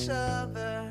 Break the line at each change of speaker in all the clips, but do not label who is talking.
each other.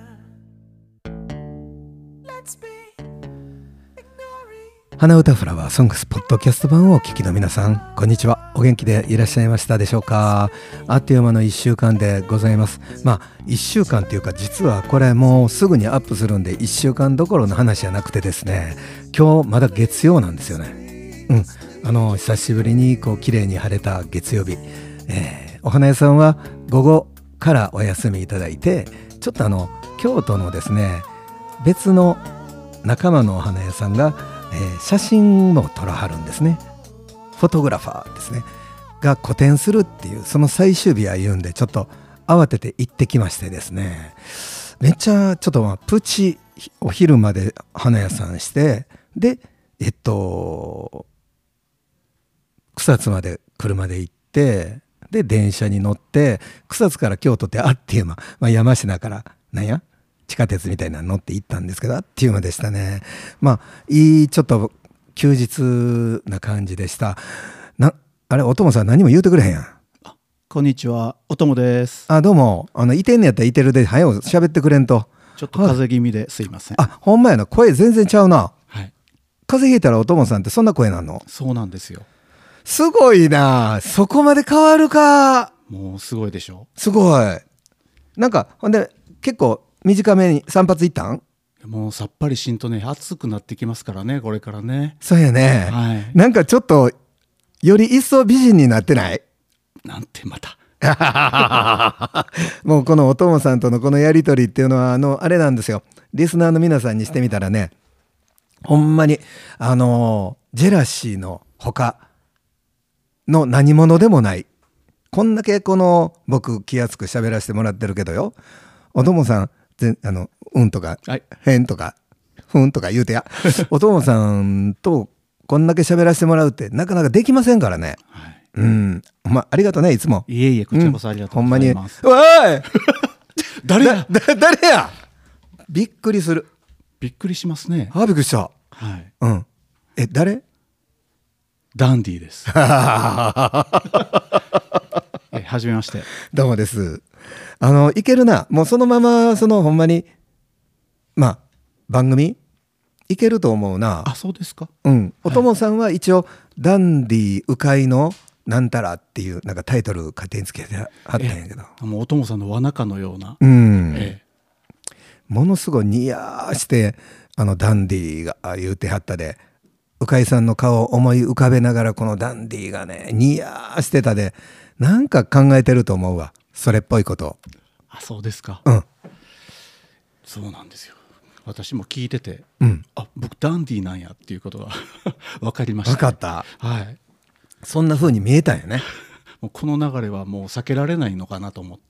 Let's be ignoring.
花歌フラワーソングスポッドキャスト版をお聞きの皆さん、こんにちは。お元気でいらっしゃいましたでしょうか。あっという間の1週間でございます。1週間っていうか、実はこれもうすぐにアップするんで1週間どころの話じゃなくてですね、今日まだ月曜なんですよね。久しぶりに綺麗に晴れた月曜日、お花屋さんは午後からお休みいただいて、ちょっと京都のですね、別の仲間のお花屋さんが、写真も撮らはるんですね。フォトグラファーですねが個展するっていう、その最終日は言うんで、ちょっと慌てて行ってきましてですね、めっちゃちょっとプチお昼まで花屋さんして、で草津まで車で行って、で電車に乗って草津から京都ってあっという間、山科から地下鉄みたいなの乗って行ったんですけど、あっという間でしたね。いいちょっと休日な感じでした。あれ、おともさん何も言うてくれへんやん。
こんにちは、おともです。
どうも。いてんねやったらいてるで、早う喋ってくれんと。
ちょっと風邪気味ですいません。
ほんまやな。声全然ちゃうな。
はい。
風邪ひいたらおともさんってそんな声なんの？
そうなんですよ。
すごいな。そこまで変わるか。
もうすごいでしょ。
すごい。ほんで結構短めに散髪行ったん？
もうさっぱりしんとね、暑くなってきますからね、これからね。
そうやね。
はい。
ちょっとより一層美人になってない？
なんてまた。
もうこのおともさんとのこのやり取りっていうのはあれなんですよ。リスナーの皆さんにしてみたらね、ほんまにジェラシーの他の何者でもない。こんだけ僕気安く喋らせてもらってるけどよ、おともさんうんとか、
はい、
へんとかふんとか言うてやおともさんとこんだけ喋らせてもらうってなかなかできませんからね。
はい、
ありがとうね、いつも。
いえいえ、こちらこそありがとうございます。
ほんまに。おい
誰や
誰や。びっくりする。
びっくりしますね。
びっくりした。
はい。
誰？
ダンディです。はじめまして。
どうもです。いけるな。もうそのままほんまに番組いけると思うな。
そうですか。
おともさんは一応ダンディ鵜飼のなんたらっていうタイトル勝手につけてはったんやけど、
もうおともさんの罠かのような。
ものすごいニヤーしてダンディが言うてはったで、鵜飼さんの顔を思い浮かべながら、このダンディがねニヤーしてたで、考えてると思うわ、それっぽいこと。
そうですか。そうなんですよ。私も聞いてて、僕ダンディなんやっていうことが分かりました。
分かった。
はい。
そんな風に見えたんやね。
もうこの流れはもう避けられないのかなと思って。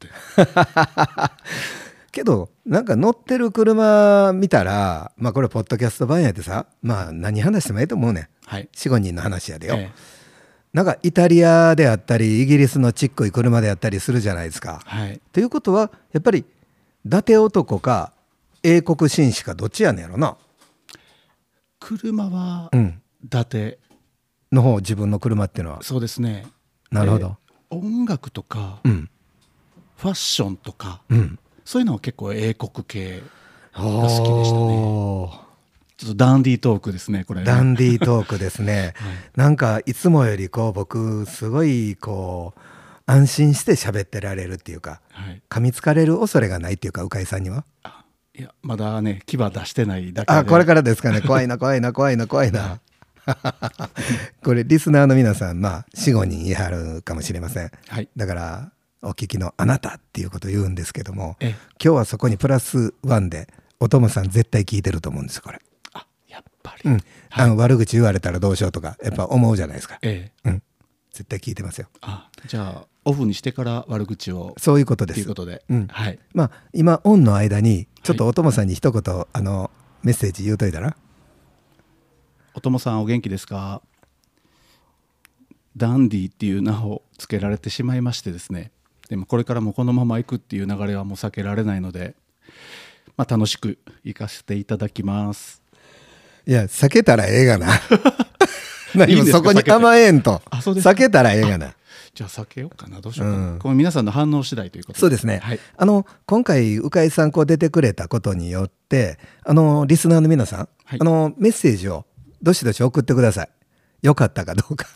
けど乗ってる車見たら、これポッドキャスト版やでさ、何話してもいいと思うねん。
はい。
4、5人の話やでよ。イタリアであったりイギリスのちっこい車であったりするじゃないですか。
はい。
ということはやっぱり伊達男か英国紳士かどっちやねんやろな。
車は伊達
の方、自分の車っていうのは。
そうですね。
なるほど。
音楽とか、ファッションとか、そういうのは結構英国系が好きでしたね。ちょっとダンディートークですね、これね。
ダンディートークですね。いつもより僕すごい安心して喋ってられるっていうか、噛みつかれる恐れがないっていうか、鵜飼さんには。
いや、まだね、牙出してないだけで。
これからですかね。怖いな。これリスナーの皆さん4、5人いはるかもしれません。だからお聞きのあなたっていうことを言うんですけども、今日はそこにプラス1でおともさん絶対聞いてると思うんですよ、これ。
やっぱり、
悪口言われたらどうしようとかやっぱ思うじゃないですか。絶対聞いてますよ。
じゃあオフにしてから悪口を。
そういうことです。
ということで、
今オンの間にちょっとおともさんに一言メッセージ言うといたら。
おともさんお元気ですか？ダンディっていう名を付けられてしまいましてですね。でもこれからもこのまま行くっていう流れはもう避けられないので、楽しく行かせていただきます。
いや、避けたらええがな。
いいんですか？
そこに甘えんと。
そうですか。
避けたらええがな。
じゃあ避けようかな、どうしようかな、この皆さんの反応次第ということで。
そうですね、はい、今回鵜飼さん出てくれたことによってリスナーの皆さん、はい、メッセージをどしどし送ってください。よかったかどうか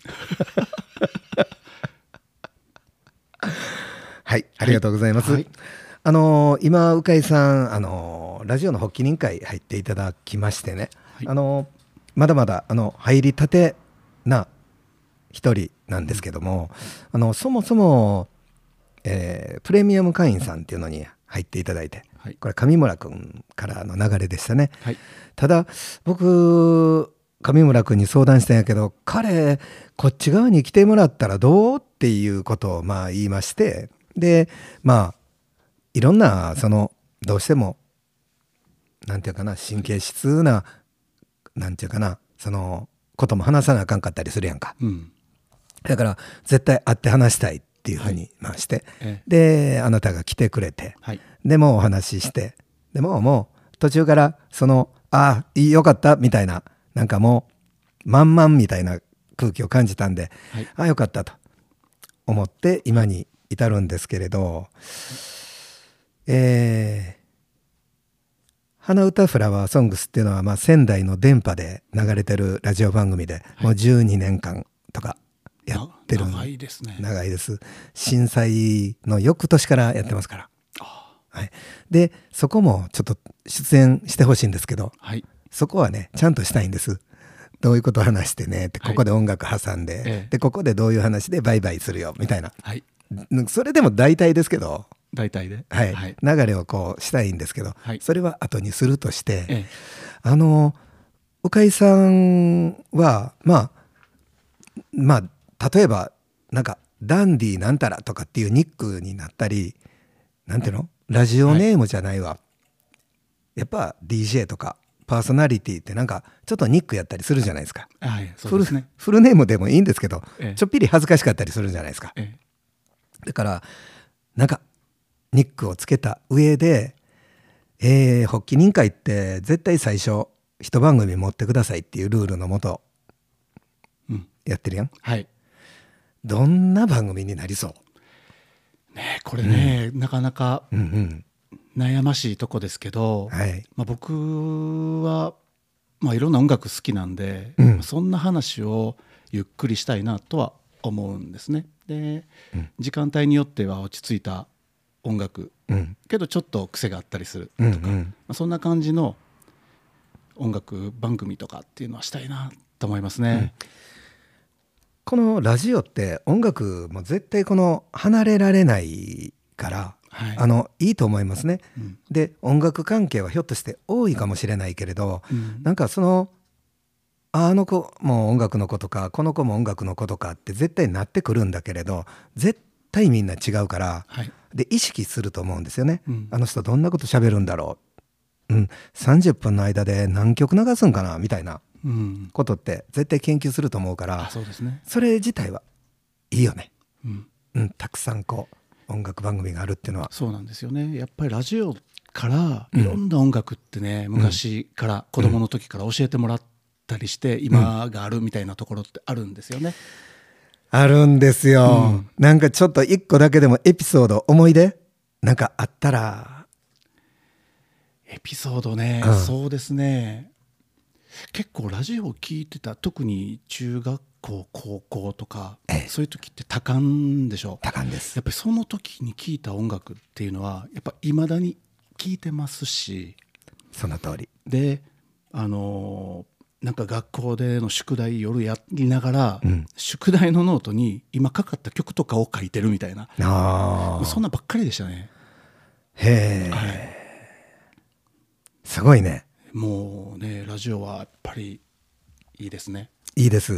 はい、ありがとうございます、はい、今鵜飼さんラジオの発起人会入っていただきましてね、はい、まだまだ入りたてな一人なんですけども、そもそも、プレミアム会員さんっていうのに入っていただいて、はい、これ上村君からの流れでしたね、はい、ただ僕上村君に相談したんやけど、彼こっち側に来てもらったらどうっていうことを言いまして、でいろんなどうしてもなんていうかな、神経質ななんていうかな、ことも話さなあかんかったりするやんか、うん、だから絶対会って話したいっていうふうにして、であなたが来てくれて、はい、でもお話しして、でもう途中からよかったみたいな、なんかもう満々みたいな空気を感じたんで、はい、よかったと思って今に至るんですけれど、花歌フラワーソングスっていうのは仙台の電波で流れてるラジオ番組で、もう12年間とかやってる。
長いですね。
長いです。震災の翌年からやってますから、はい、でそこもちょっと出演してほしいんですけど、はい、そこはねちゃんとしたいんです。どういうことを話してねって、ここで音楽挟んで、でここでどういう話でバイバイするよみたいな、はい、それでも大体ですけど、
大体で、
はいはい、流れをしたいんですけど、はい、それは後にするとして、鵜飼さんは例えばなんかダンディなんたらとかっていうニックになったり、なんていうの、ラジオネームじゃないわ、はい、やっぱ DJ とかパーソナリティってなんかちょっとニックやったりするじゃないですか、はい、そうですね、フルネームでもいいんですけど、ちょっぴり恥ずかしかったりするじゃないですか、だからなんかニックをつけた上で、発起人会って絶対最初一番組持ってくださいっていうルールのもとやってるやん、はい、どんな番組になりそう
ね。これね、なかなか悩ましいとこですけど、はい、僕は、いろんな音楽好きなんで、そんな話をゆっくりしたいなとは思うんですね。で、時間帯によっては落ち着いた音楽、けどちょっと癖があったりするとか、そんな感じの音楽番組とかっていうのはしたいなと思いますね、
このラジオって音楽も絶対離れられないから、はい、いいと思いますね、で音楽関係はひょっとして多いかもしれないけれど、なんかあの子も音楽の子とかこの子も音楽の子とかって絶対なってくるんだけれど、絶対みんな違うから、はい、で意識すると思うんですよね、あの人どんなこと喋るんだろう、30分の間で何曲流すんかなみたいなことって絶対研究すると思うから、
そうですね、
それ自体はいいよね、たくさん音楽番組があるっていうのは。
そうなんですよね。やっぱりラジオからいろんな音楽ってね、昔から子供の時から教えてもらったりして、今があるみたいなところってあるんですよね、
あるんですよ、なんかちょっと一個だけでもエピソード、思い出なんかあったら。
エピソードね、そうですね、結構ラジオを聞いてた、特に中学校高校とか、そういう時って多感でしょ。
多感です。
やっぱりその時に聞いた音楽っていうのはやっぱ未だに聞いてますし。
その通り
で、なんか学校での宿題夜やりながら、宿題のノートに今かかった曲とかを書いてるみたいな、そんなばっかりでしたね。
へえ、はい、すごいね。
もうね、ラジオはやっぱりいいですね。
いいです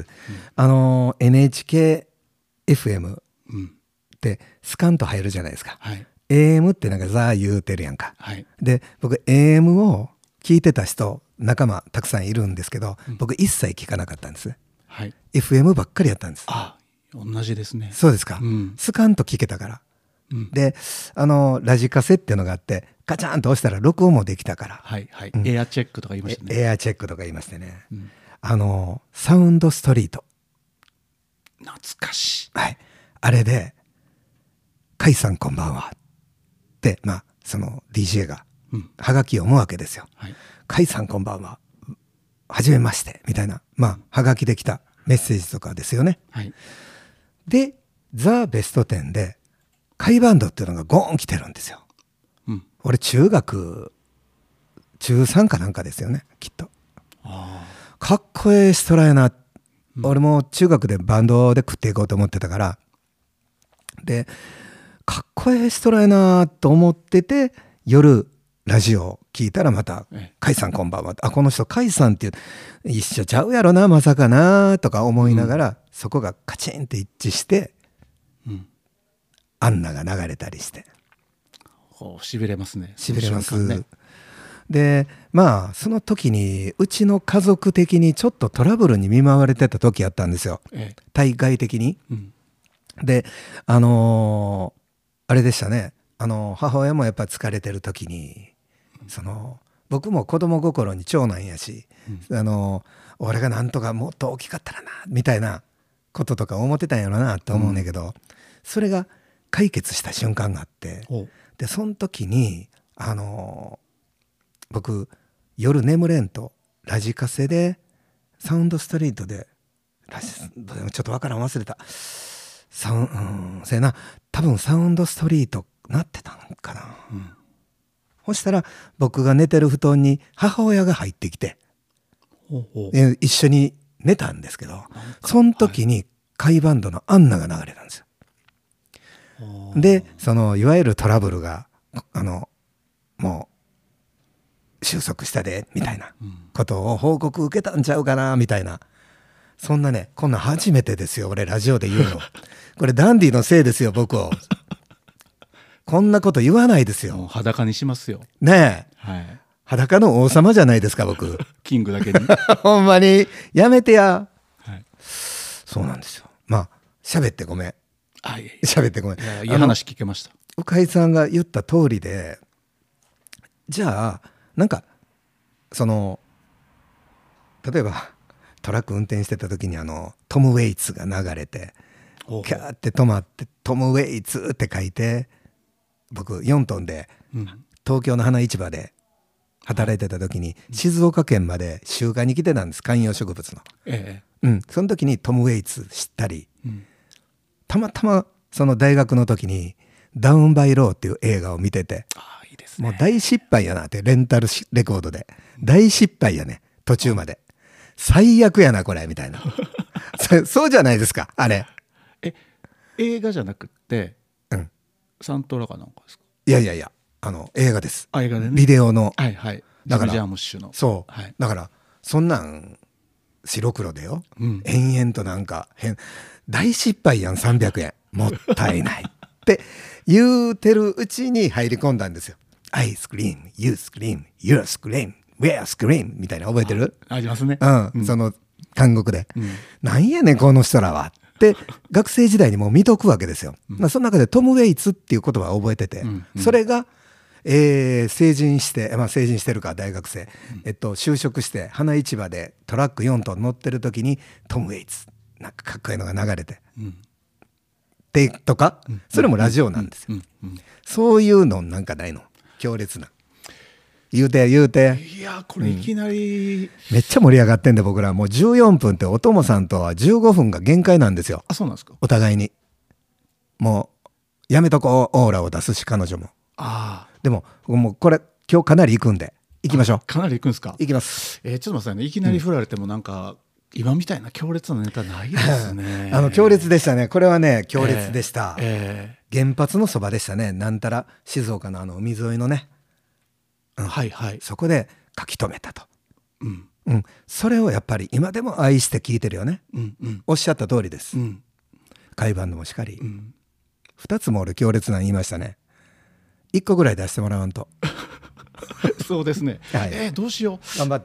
、NHK FM ってスカンと入るじゃないですか、はい、AM ってなんかザー言うてるやんか、はい、で僕 AM を聞いてた人仲間たくさんいるんですけど、僕一切聞かなかったんです、はい、FM ばっかりやったんです。
同じですね。
そうですか、スカンと聞けたから、でラジカセっていうのがあってカチャンと押したら録音もできたから、
はいはい、エアチェックとか言いましたね。
エアチェックとか言いましてね、サウンドストリート、
懐かしい、
はい、 あれで「甲斐さんこんばんは」ってその DJ がはがき読むわけですよ。甲斐さんこんばんは、はじめましてみたいなはがきできたメッセージとかですよね。でザ・ベスト10で甲斐バンドっていうのがゴーン来てるんですよ。俺中学中3かなんかですよねきっと。かっこええ人らやな、俺も中学でバンドで食っていこうと思ってたから、でかっこええ人らやなと思ってて、夜ラジオ聞いたらまた「甲斐さんこんばんは」この人甲斐さんっていう一緒ちゃうやろなまさかなとか思いながら、そこがカチンって一致して、アンナが流れたりして、
しびれますね。
しびれます。でその時にうちの家族的にちょっとトラブルに見舞われてた時やったんですよ、対外的に。であれでしたね、母親もやっぱ疲れてる時に、僕も子供心に長男やし、俺がなんとかもっと大きかったらなみたいなこととか思ってたんやろなと思うんだけど、それが解決した瞬間があって、でその時に僕夜眠れんとラジカセでサウンドストリートでちょっとわからん忘れたせやな、多分サウンドストリートなってたんかな、そしたら僕が寝てる布団に母親が入ってきて、一緒に寝たんですけど、その時に甲斐バンドの「アンナ」が流れたんですよ。でいわゆるトラブルがもう収束したでみたいなことを報告受けたんちゃうかなみたいな、そんなね、こんなん初めてですよ俺ラジオで言うの。これダンディのせいですよ僕を。こんなこと言わないですよ。
もう裸にしますよ
ねえ、裸の王様じゃないですか僕。
キングだけに。
ほんまにやめてや。そうなんですよ。喋ってごめん。喋ってごめん。
いい話聞けました。
鵜飼さんが言った通りで、じゃあなんか例えばトラック運転してた時にトム・ウェイツが流れてキャーって止まって、トム・ウェイツって書いて、僕4トンで東京の花市場で働いてた時に静岡県まで集会に来てたんです、観葉植物の。その時にトム・ウェイツ知ったり、たまたまその大学の時にダウン・バイ・ローっていう映画を見てて、もう大失敗やなって、レンタルレコードで大失敗やね、途中まで最悪やなこれみたいな。そうじゃないですかあれ。
映画じゃなくってサントラかなんかですか？
いや映画です。
映画でね、
ビデオの。
だからジャームッシュの。
そう、だからそんなん白黒でよ、延々となんか大失敗やん300円もったいないって言うてるうちに入り込んだんですよ。I scream, you scream, you scream, we scream みたいな、覚えてる？
ありますね。
その韓国で、なんやねんこの人らはって学生時代にもう見とくわけですよ。その中でトム・ウェイツっていう言葉を覚えてて、それが、成人して、成人してるか大学生、就職して花市場でトラック4トン乗ってる時にトム・ウェイツなんかかっこいいのが流れて、でとか、それもラジオなんですよ。そういうのなんかないの？強烈な言うて。
いやこれいきなり、
めっちゃ盛り上がってんで、僕らもう14分ってお友さんとは15分が限界なんですよ。
そうなんですか？
お互いにもうやめとこう、オーラを出すし彼女も。でももうこれ今日かなり行くんで行きましょう。
かなり行くんですか？
行きます。
ちょっと待ってくださいね、いきなり振られてもなんか、今みたいな強烈なネタないですね。
強烈でしたね。これはね強烈でした。原発のそばでしたね。なんたら静岡の海沿いのね、そこで書き留めたと、それをやっぱり今でも愛して聞いてるよね、おっしゃった通りです。甲斐バンドもしかり、2つも俺強烈な言いましたね。1個ぐらい出してもらわんと。
そうですね、どうしよう。頑張って、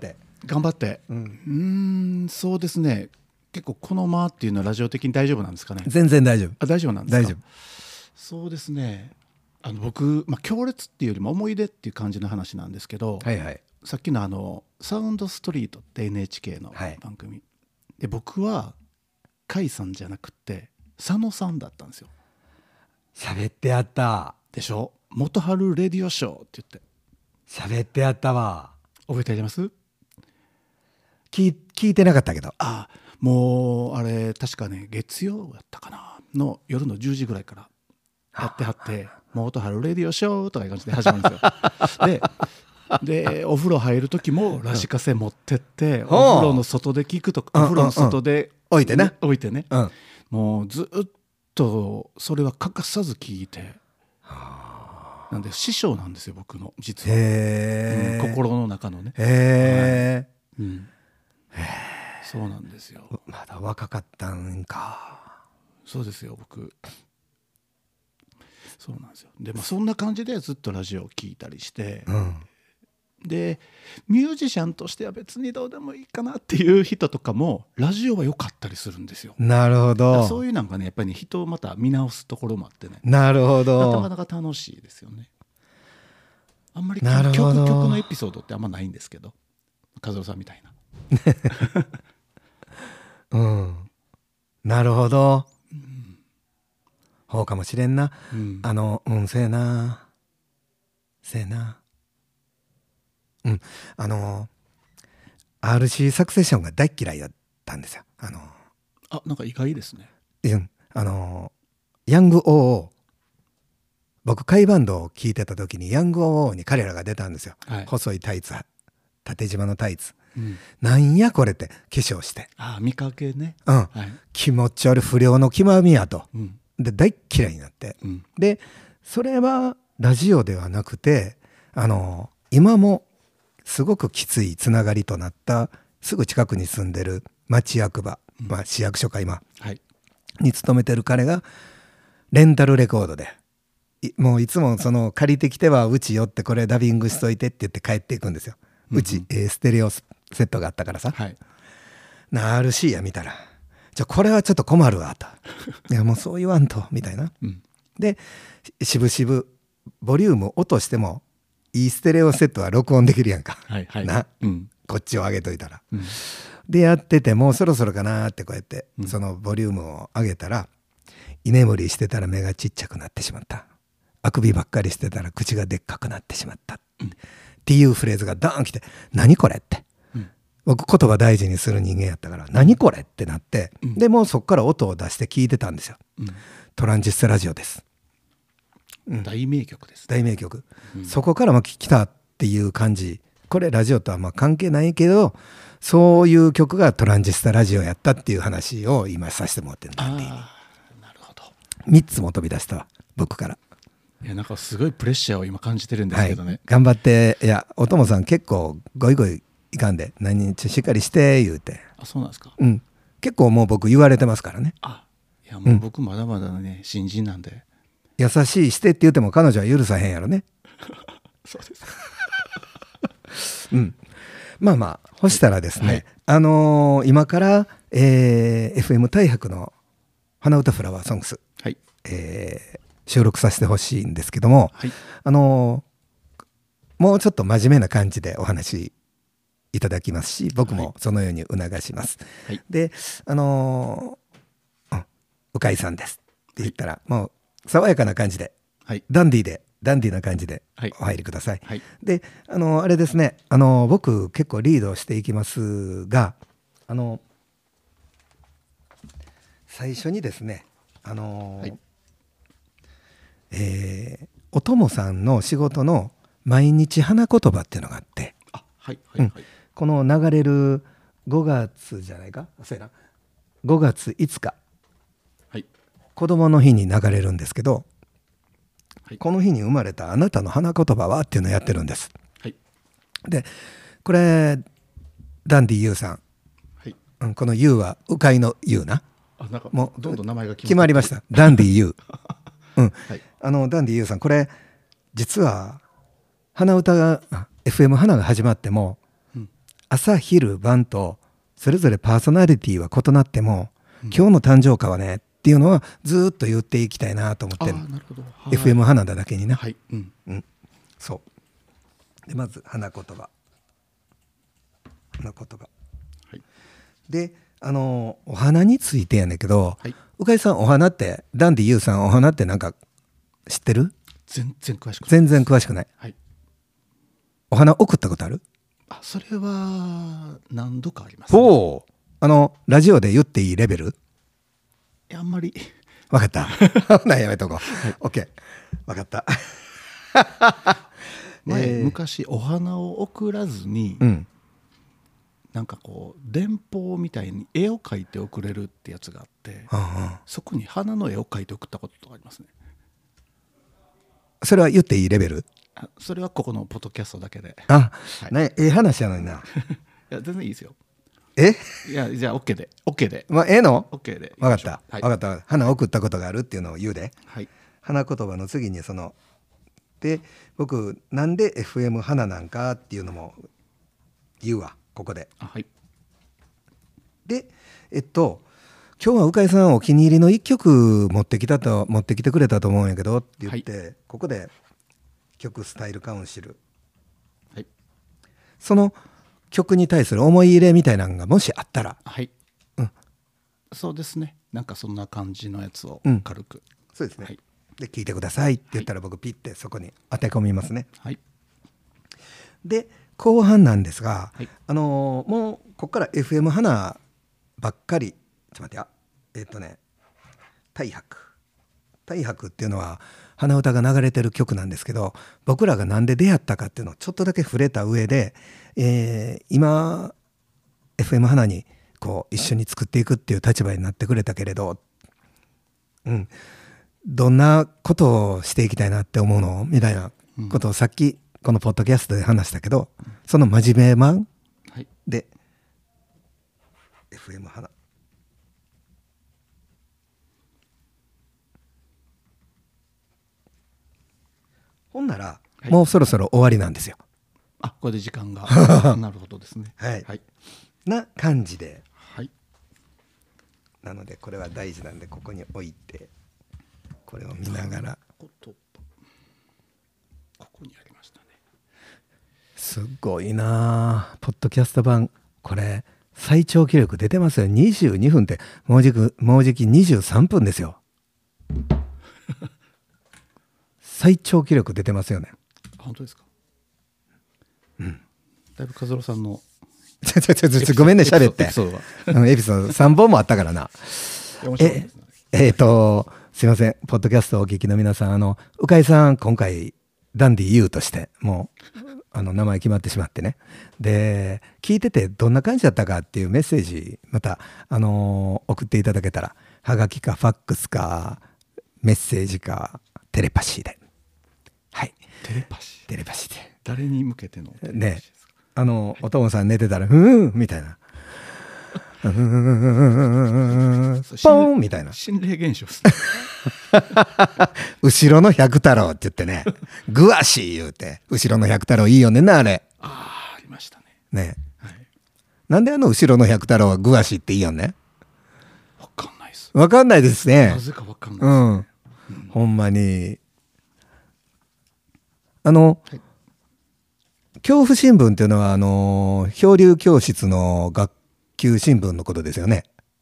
そうですね。結構この間っていうのはラジオ的に大丈夫なんですかね？
全然大丈夫。
大丈夫なんですか？
大丈夫。
そうですね。僕、強烈っていうよりも思い出っていう感じの話なんですけど、さっきのサウンドストリートって NHK の番組、で僕は甲斐さんじゃなくて佐野さんだったんですよ。
喋ってやった
でしょ。元春レディオショーって言って
喋ってやったわ。
覚えてあります？
聞いてなかったけど。
もうあれ確かね月曜やったかなの夜の10時ぐらいからやってはって元春レディオショーとかいう感じで始まるんですよ。でお風呂入る時もラジカセ持ってって、お風呂の外で聞くとか、お風呂の外で
置いてね、
もうずっとそれは欠かさず聞いて、なんで師匠なんですよ僕の実は、心の中のね。そうなんですよ。
まだ若かったんか。
そうですよ僕。そうなんですよ。でそんな感じでずっとラジオを聞いたりして、でミュージシャンとしては別にどうでもいいかなっていう人とかもラジオは良かったりするんですよ。
なるほど。
そういうなんかねやっぱりね人をまた見直すところもあってね。
なるほど。
なかなか楽しいですよね。あんまり曲のエピソードってあんまないんですけど、和夫さんみたいな。
なるほど。ほうかもしれんな。せやな。RC サクセションが大嫌いだったんですよ。
なんか意外ですね。
ヤング OO、 僕甲斐バンドを聴いてた時にヤング OO に彼らが出たんですよ、細いタイツ、縦縞のタイツ、なんやこれって化粧して、
見かけね、
気持ち悪い不良の極みやと、で大嫌いになって、でそれはラジオではなくて今もすごくきついつながりとなったすぐ近くに住んでる町役場、市役所か今、に勤めてる彼がレンタルレコードでもういつもその借りてきてはうち寄ってこれダビングしといてって言って帰っていくんですよ。うち、ステレオセットがあったからさ、RC や見たらこれはちょっと困るわといやもうそう言わんとみたいな、でしぶしぶボリューム落としてもいいステレオセットは録音できるやんか、こっちを上げといたら、でやっててもうそろそろかなってこうやって、そのボリュームを上げたら居眠りしてたら目がちっちゃくなってしまった、あくびばっかりしてたら口がでっかくなってしまった、っていうフレーズがダーン来て、何これって、僕言葉大事にする人間やったから何これってなって、でもうそっから音を出して聞いてたんですよ、トランジスタラジオです、
大名曲です、
大名曲、そこから来たっていう感じ。これラジオとは関係ないけどそういう曲がトランジスタラジオやったっていう話を今させてもらってるんだっていう。なるほど。3つも飛び出したわ僕から。
いやなんかすごいプレッシャーを今感じてるんですけどね、
頑張って。いやおともさん結構ゴイゴイいかんで何日しっかりして言うて。
そうなんですか。
結構もう僕言われてますからね。
いやもう僕まだまだね、新人なんで。
優しいしてって言っても彼女は許さへんやろね。
そうです
まあほしたらですね、今から、FM 大白の花歌フラワーソングス、収録させてほしいんですけども、もうちょっと真面目な感じでお話いただきますし、僕もそのように促します、で鵜飼さんですって言ったら、もう爽やかな感じで、ダンディーな感じでお入りください、であれですね、僕結構リードしていきますが、最初にですねおともさんの仕事の毎日花言葉っていうのがあって、この流れる5月じゃないか、そうやな、5月5日、子供の日に流れるんですけど、この日に生まれたあなたの花言葉はっていうのをやってるんです、でこれダンディユーさん、このユーは鵜飼のユーな、
もうどんどん名前が
決まりました。ダンディユー、ダンディユーさん、これ実は花歌が FM 花が始まっても、朝昼晩とそれぞれパーソナリティは異なっても、今日の誕生花はねっていうのはずっと言っていきたいなと思ってる。FM 花だけにな、そうで、まず花言葉でお花についてやねんけど、 鵜飼さんお花ってダンディユーさんお花ってなんか知ってる？
全然詳しくない。
全然詳しくない、
はい、
お花送ったことある？
それは何度かあります、
ね、ほうラジオで言っていいレベル？
あんまり
分かったなやめとこう、OK 分かった
昔お花を送らずに、なんかこう電報みたいに絵を描いて送れるってやつがあって、そこに花の絵を描いて送ったこととかありますね。
それは言っていいレベル？
それはここのポッドキャストだけで。
話やのにな。
いや全然いいですよ。いやじゃあ OK で OK で。
の
OK で。
分かった、分かった。花送ったことがあるっていうのを言うで。
はい。
花言葉の次にで僕なんで FM 花なんかっていうのも言うわここで。
はい。
で今日は鵜飼さんお気に入りの一曲持ってきてくれたと思うんやけどって言って、ここで曲スタイルカウンシル、その曲に対する思い入れみたいなのがもしあったら、
そうですね。なんかそんな感じのやつを軽く、
そうですね、で聴いてくださいって言ったら僕ピッてそこに当て込みますね。で後半なんですが、もうここから FM 花ばっかり、ちょっと待ってや、大白っていうのは鼻歌が流れてる曲なんですけど、僕らがなんで出会ったかっていうのをちょっとだけ触れた上で、今 FM 花にこう一緒に作っていくっていう立場になってくれたけれど、どんなことをしていきたいなって思うのみたいなことをさっきこのポッドキャストで話したけど、その真面目版で、FM 花ほんなら、もうそろそろ終わりなんですよ。
これで時間がなるほどですね。
な感じで、
はい、
なのでこれは大事なんでここに置いてこれを見ながら、
ここにありましたね。
すごいなポッドキャスト版、これ最長記録出てますよ。22分ってもうじき23分ですよ最長記録出てますよね。
本当ですか？だいぶ和郎さんの
ごめんね喋ってエピソード3本もあったからな。すいません、ポッドキャストをお聞きの皆さん、鵜飼さん今回ダンディユーとしてもう名前決まってしまってね、で聞いててどんな感じだったかっていうメッセージまた送っていただけたら、はがきかファックスかメッセージかテレパシーで、
テレパシーで誰に向けての
ね、お父さん寝てたらみたいなポンみたいな
心霊現象ですね
後ろの百太郎って言ってねグワシー言うて、後ろの百太郎いいよねなあれ。
ありました
ね。なんで後ろの百太郎はグワシーっていいよね。
わかんないです。
わかんないですね。
なぜかわかんないですね。
ほんまに恐怖新聞っていうのは漂流教室の学級新聞のことですよね。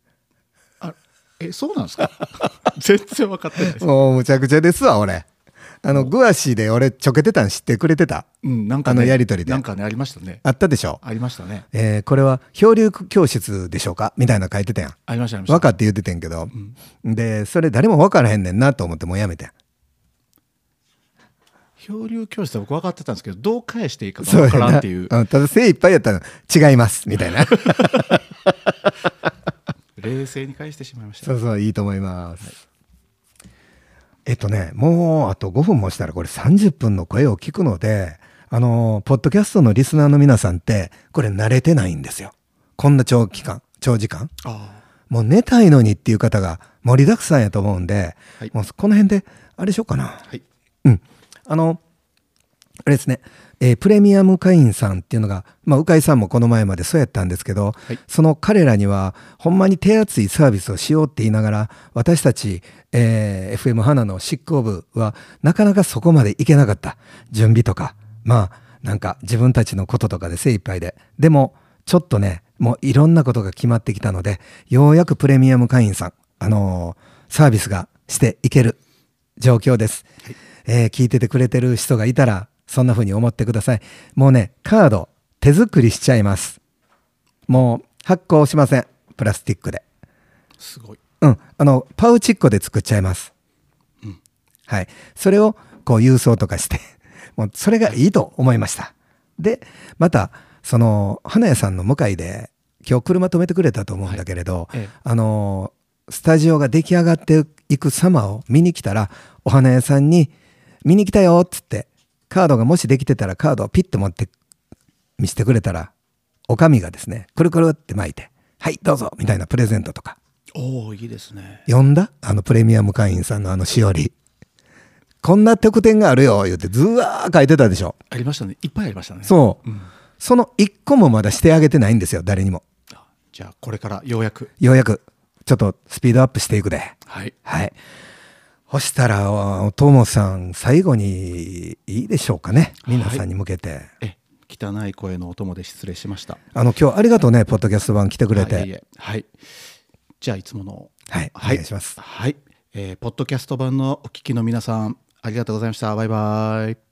そうなんですか全然分かってないです。
もうむちゃくちゃですわ俺。グワシで俺ちょけてたん知ってくれてた？
なんかね、
やり取りで
なんかねありましたね。
あったでしょ。
ありましたね。
これは漂流教室でしょうかみたいな書いてたやん。
ありました。
分かって言っててんけど、でそれ誰も分からへんねんなと思ってもうやめてん。
漂流教室は僕分かってたんですけど、どう返していいか分からんっていう。
ただ精一杯やったら違いますみたいな
冷静に返してしまいました。
そういいと思います。もうあと5分もしたらこれ30分の声を聞くので、ポッドキャストのリスナーの皆さんってこれ慣れてないんですよ。こんな長時間もう寝たいのにっていう方が盛りだくさんやと思うんで、もうこの辺であれしようかな。あれですね、プレミアム会員さんっていうのが、鵜飼さんもこの前までそうやったんですけど、その彼らにはほんまに手厚いサービスをしようって言いながら、私たち、FM 花の執行部はなかなかそこまでいけなかった。準備とかなんか自分たちのこととかで精一杯で、でもちょっとねもういろんなことが決まってきたので、ようやくプレミアム会員さんサービスがしていける状況です、聞いててくれてる人がいたらそんな風に思ってください。もうね、カード手作りしちゃいます。もう発行しません。プラスチックで。
すごい。
パウチッコで作っちゃいます、はい。それをこう郵送とかしてもうそれがいいと思いました。でまたその花屋さんの向かいで今日車止めてくれたと思うんだけれど、スタジオが出来上がっていく様を見に来たら、お花屋さんに見に来たよっつってカードがもしできてたらカードをピッと持って見せてくれたら、おかみがですねくるくるって巻いて、はいどうぞみたいなプレゼントとか。
おお、いいですね。
読んだ？プレミアム会員さんのしおり、こんな特典があるよ言ってずわー書いてたでしょ。
ありましたね。いっぱいありましたね。
そう、その1個もまだしてあげてないんですよ、誰にも。
じゃあこれからようやく
ちょっとスピードアップしていくで。
はい、
はい。そしたらトモさん最後にいいでしょうかね、皆さんに向けて。
汚い声のお供で失礼しました。
今日ありがとうね、ポッドキャスト版来てくれて。
はい、じゃあいつもの、
はい、お願いします。
はい、ポッドキャスト版のお聞きの皆さんありがとうございました。バイバイ。